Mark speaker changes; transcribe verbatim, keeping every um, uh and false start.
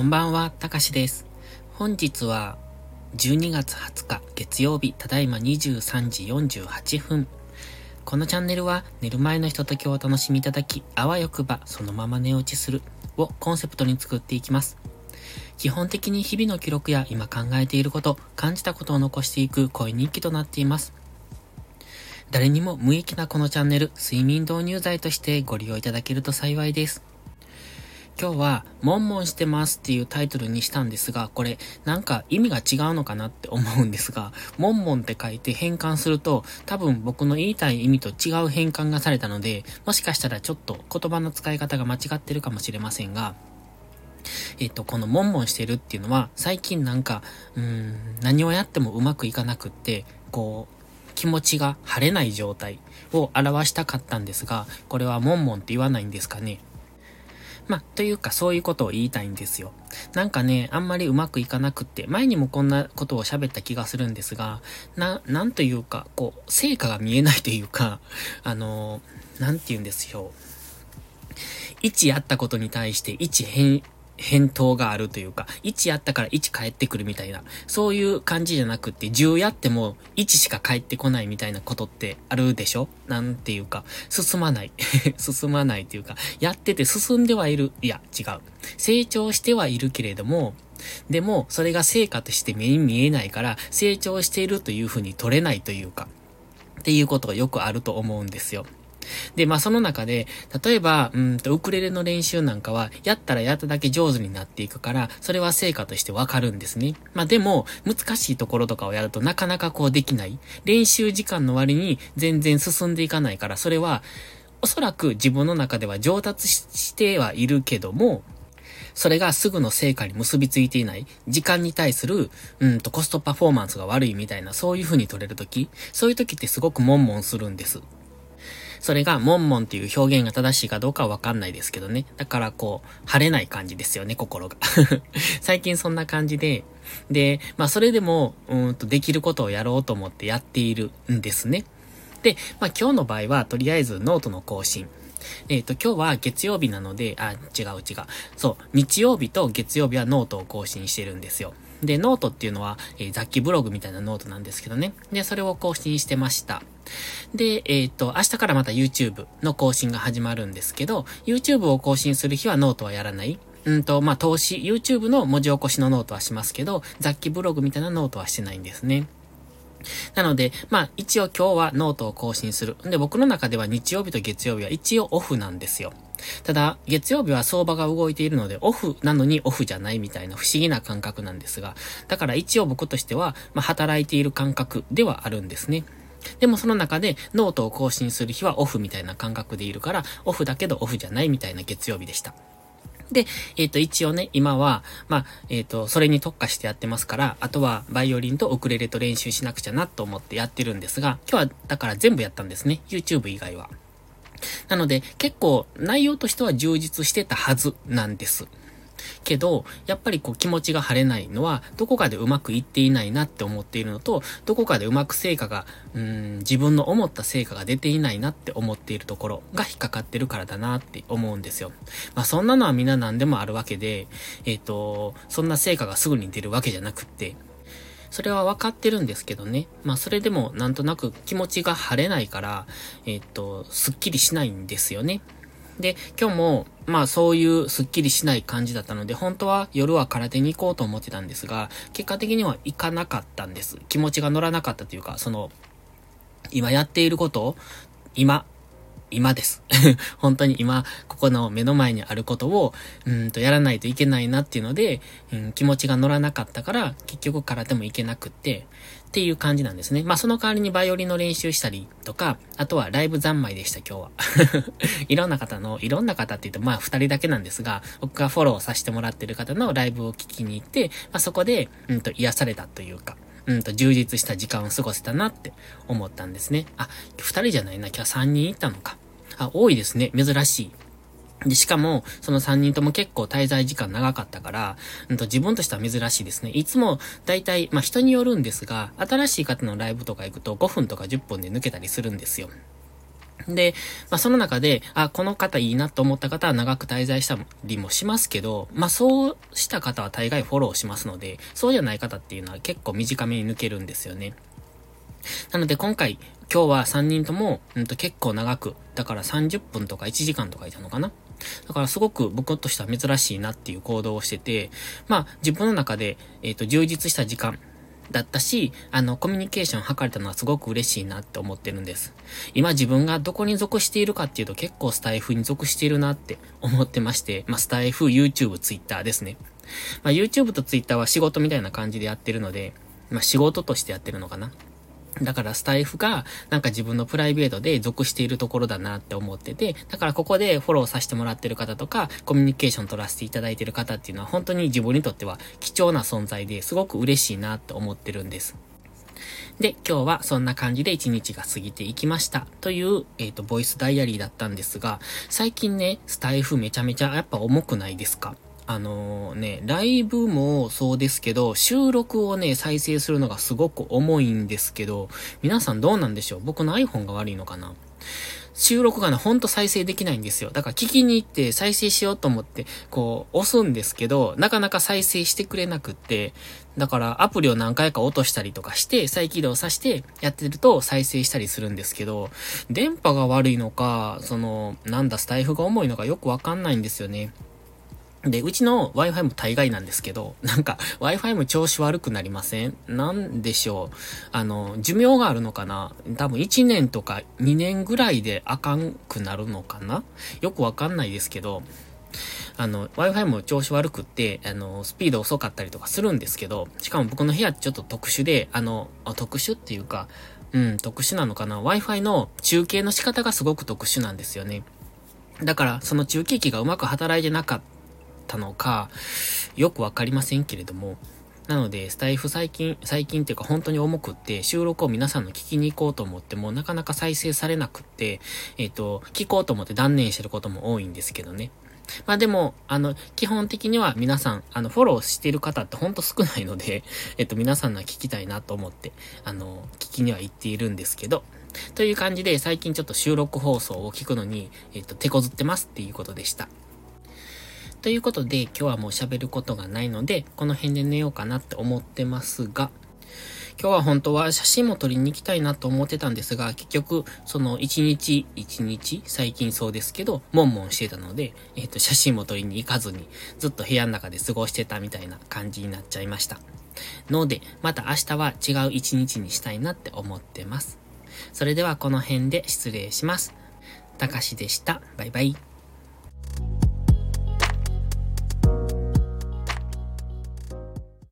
Speaker 1: んばんは、たかしです。本日はじゅうにがつはつか月曜日、ただいまにじゅうさんじよんじゅうはっぷん。このチャンネルは寝る前のひとときをお楽しみいただき、あわよくばそのまま寝落ちするをコンセプトに作っていきます。基本的に日々の記録や今考えていること、感じたことを残していく声日記となっています。誰にも無益なこのチャンネル、睡眠導入剤としてご利用いただけると幸いです。今日は、もんもんしてますっていうタイトルにしたんですが、これ、なんか意味が違うのかなって思うんですが、もんもんって書いて変換すると、多分僕の言いたい意味と違う変換がされたので、もしかしたらちょっと言葉の使い方が間違ってるかもしれませんが、えっと、このもんもんしてるっていうのは、最近なんか、うーん、何をやってもうまくいかなくって、こう、気持ちが晴れない状態を表したかったんですが、これはもんもんって言わないんですかね。まあ、というかそういうことを言いたいんですよ。なんかね、あんまりうまくいかなくって、前にもこんなことを喋った気がするんですが、な、なんというか、こう、成果が見えないというか、あの、なんて言うんですよ。いちやったことに対していち返、返答があるというか、いちやったからいち返ってくるみたいな、そういう感じじゃなくってじゅうやってもいちしか返ってこないみたいなことってあるでしょ？なんていうか、進まない。進まないというか、やってて進んではいる。いや、違う。成長してはいるけれども、でも、それが成果として目に見えないから、成長しているというふうに取れないというか、っていうことがよくあると思うんですよ。で、まあその中で、例えば、うんと、ウクレレの練習なんかは、やったらやっただけ上手になっていくから、それは成果としてわかるんですね。まあでも、難しいところとかをやるとなかなかこうできない。練習時間の割に全然進んでいかないから、それは、おそらく自分の中では上達してはいるけども、それがすぐの成果に結びついていない。時間に対する、うんと、コストパフォーマンスが悪いみたいな、そういう風に取れるとき、そういうときってすごく悶々するんです。それが、もんもんっていう表現が正しいかどうかはわかんないですけどね。だからこう、晴れない感じですよね、心が。最近そんな感じで、で、まあそれでも、うんと、できることをやろうと思ってやっているんですね。で、まあ今日の場合は、とりあえずノートの更新。えっと、今日は月曜日なので、あ、違う違う。そう、日曜日と月曜日はノートを更新してるんですよ。で、ノートっていうのは、えー、雑記ブログみたいなノートなんですけどね。で、それを更新してました。で、えっと、明日からまた YouTube の更新が始まるんですけど、YouTube を更新する日はノートはやらない。うんと、まあ、投資、YouTube の文字起こしのノートはしますけど、雑記ブログみたいなノートはしてないんですね。なので、まあ、一応今日はノートを更新する。で、僕の中では日曜日と月曜日は一応オフなんですよ。ただ、月曜日は相場が動いているので、オフなのにオフじゃないみたいな不思議な感覚なんですが、だから一応僕としては、まあ、働いている感覚ではあるんですね。でもその中でノートを更新する日はオフみたいな感覚でいるから、オフだけどオフじゃないみたいな月曜日でした。で、えっと、一応ね、今は、まあ、えっと、それに特化してやってますから、あとは、バイオリンとウクレレと練習しなくちゃなと思ってやってるんですが、今日は、だから全部やったんですね。YouTube 以外は。なので、結構、内容としては充実してたはずなんです。けど、やっぱりこう気持ちが晴れないのは、どこかでうまくいっていないなって思っているのと、どこかでうまく成果が、うーん、自分の思った成果が出ていないなって思っているところが引っかかってるからだなって思うんですよ。まあそんなのはみんな何でもあるわけで、えっと、そんな成果がすぐに出るわけじゃなくって、それは分かってるんですけどね。まあそれでもなんとなく気持ちが晴れないから、えっと、すっきりしないんですよね。で、今日も、まあそういうスッキリしない感じだったので、本当は夜は空手に行こうと思ってたんですが、結果的には行かなかったんです。気持ちが乗らなかったというか、その、今やっていることを、今、今です。本当に今、ここの目の前にあることを、うんとやらないといけないなっていうので、うん、気持ちが乗らなかったから、結局空手も行けなくって、っていう感じなんですね。まあその代わりにバイオリンの練習したりとか、あとはライブ三昧でした、今日は。いろんな方の、いろんな方って言うとまあ二人だけなんですが、僕がフォローさせてもらってる方のライブを聞きに行って、まあそこで、うんと癒されたというか、うんと充実した時間を過ごせたなって思ったんですね。あ、二人じゃないな、今日三人行ったのか。あ、多いですね。珍しい。で、しかも、そのさんにんとも結構滞在時間長かったから、うんと自分としては珍しいですね。いつも、だいたい、まあ人によるんですが、新しい方のライブとか行くとごふんとかじゅっぷんで抜けたりするんですよ。 で、まあその中で、あ、この方いいなと思った方は長く滞在したりもしますけど、まあそうした方は大概フォローしますので、そうじゃない方っていうのは結構短めに抜けるんですよね。なので今回、今日はさんにんとも、うんと結構長く、だからさんじゅっぷんとかいちじかんとかいたのかな。だからすごく僕としては珍しいなっていう行動をしてて、まあ自分の中で、えっと、充実した時間、だったし、あの、コミュニケーションを図れたのはすごく嬉しいなって思ってるんです。今自分がどこに属しているかっていうと結構スタイフに属しているなって思ってまして、まあスタイフ、YouTube、Twitter ですね。まあ YouTube と Twitter は仕事みたいな感じでやってるので、まあ仕事としてやってるのかな。だからスタイフがなんか自分のプライベートで属しているところだなって思ってて、だからここでフォローさせてもらってる方とか、コミュニケーション取らせていただいてる方っていうのは本当に自分にとっては貴重な存在ですごく嬉しいなって思ってるんです。で、今日はそんな感じで一日が過ぎていきました。という、えっと、ボイスダイアリーだったんですが、最近ね、スタイフめちゃめちゃやっぱ重くないですか？あのね、ライブもそうですけど、収録をね、再生するのがすごく重いんですけど、皆さんどうなんでしょう？僕の iPhone が悪いのかな？収録がね、ほんと再生できないんですよ。だから聞きに行って再生しようと思って、こう、押すんですけど、なかなか再生してくれなくって、だからアプリを何回か落としたりとかして、再起動させてやってると再生したりするんですけど、電波が悪いのか、その、なんだ、スタイフが重いのかよくわかんないんですよね。で、うちの Wi-Fi も大概なんですけど、なんか Wi-Fi も調子悪くなりません？なんでしょう。あの、寿命があるのかな？多分いちねんとかにねんぐらいであかんくなるのかな？よくわかんないですけど、あの、Wi-Fi も調子悪くって、あの、スピード遅かったりとかするんですけど、しかも僕の部屋ってちょっと特殊で、あの、あ特殊っていうか、うん、特殊なのかな？ Wi-Fi の中継の仕方がすごく特殊なんですよね。だから、その中継機がうまく働いてなかった。たのか、よくわかりませんけれども、なので、スタイフ最近、最近っていうか本当に重くって、収録を皆さんの聞きに行こうと思っても、なかなか再生されなくって、えっと、聞こうと思って断念してることも多いんですけどね。まあでも、あの、基本的には皆さん、あの、フォローしている方ってほんと少ないので、えっと、皆さんのは聞きたいなと思って、あの、聞きには行っているんですけど、という感じで、最近ちょっと収録放送を聞くのに、えっと、手こずってますっていうことでした。ということで、今日はもう喋ることがないので、この辺で寝ようかなって思ってますが、今日は本当は写真も撮りに行きたいなと思ってたんですが、結局、その一日一日、最近そうですけど、悶々してたので、えっと、写真も撮りに行かずに、ずっと部屋の中で過ごしてたみたいな感じになっちゃいました。ので、また明日は違う一日にしたいなって思ってます。それではこの辺で失礼します。たかしでした。バイバイ。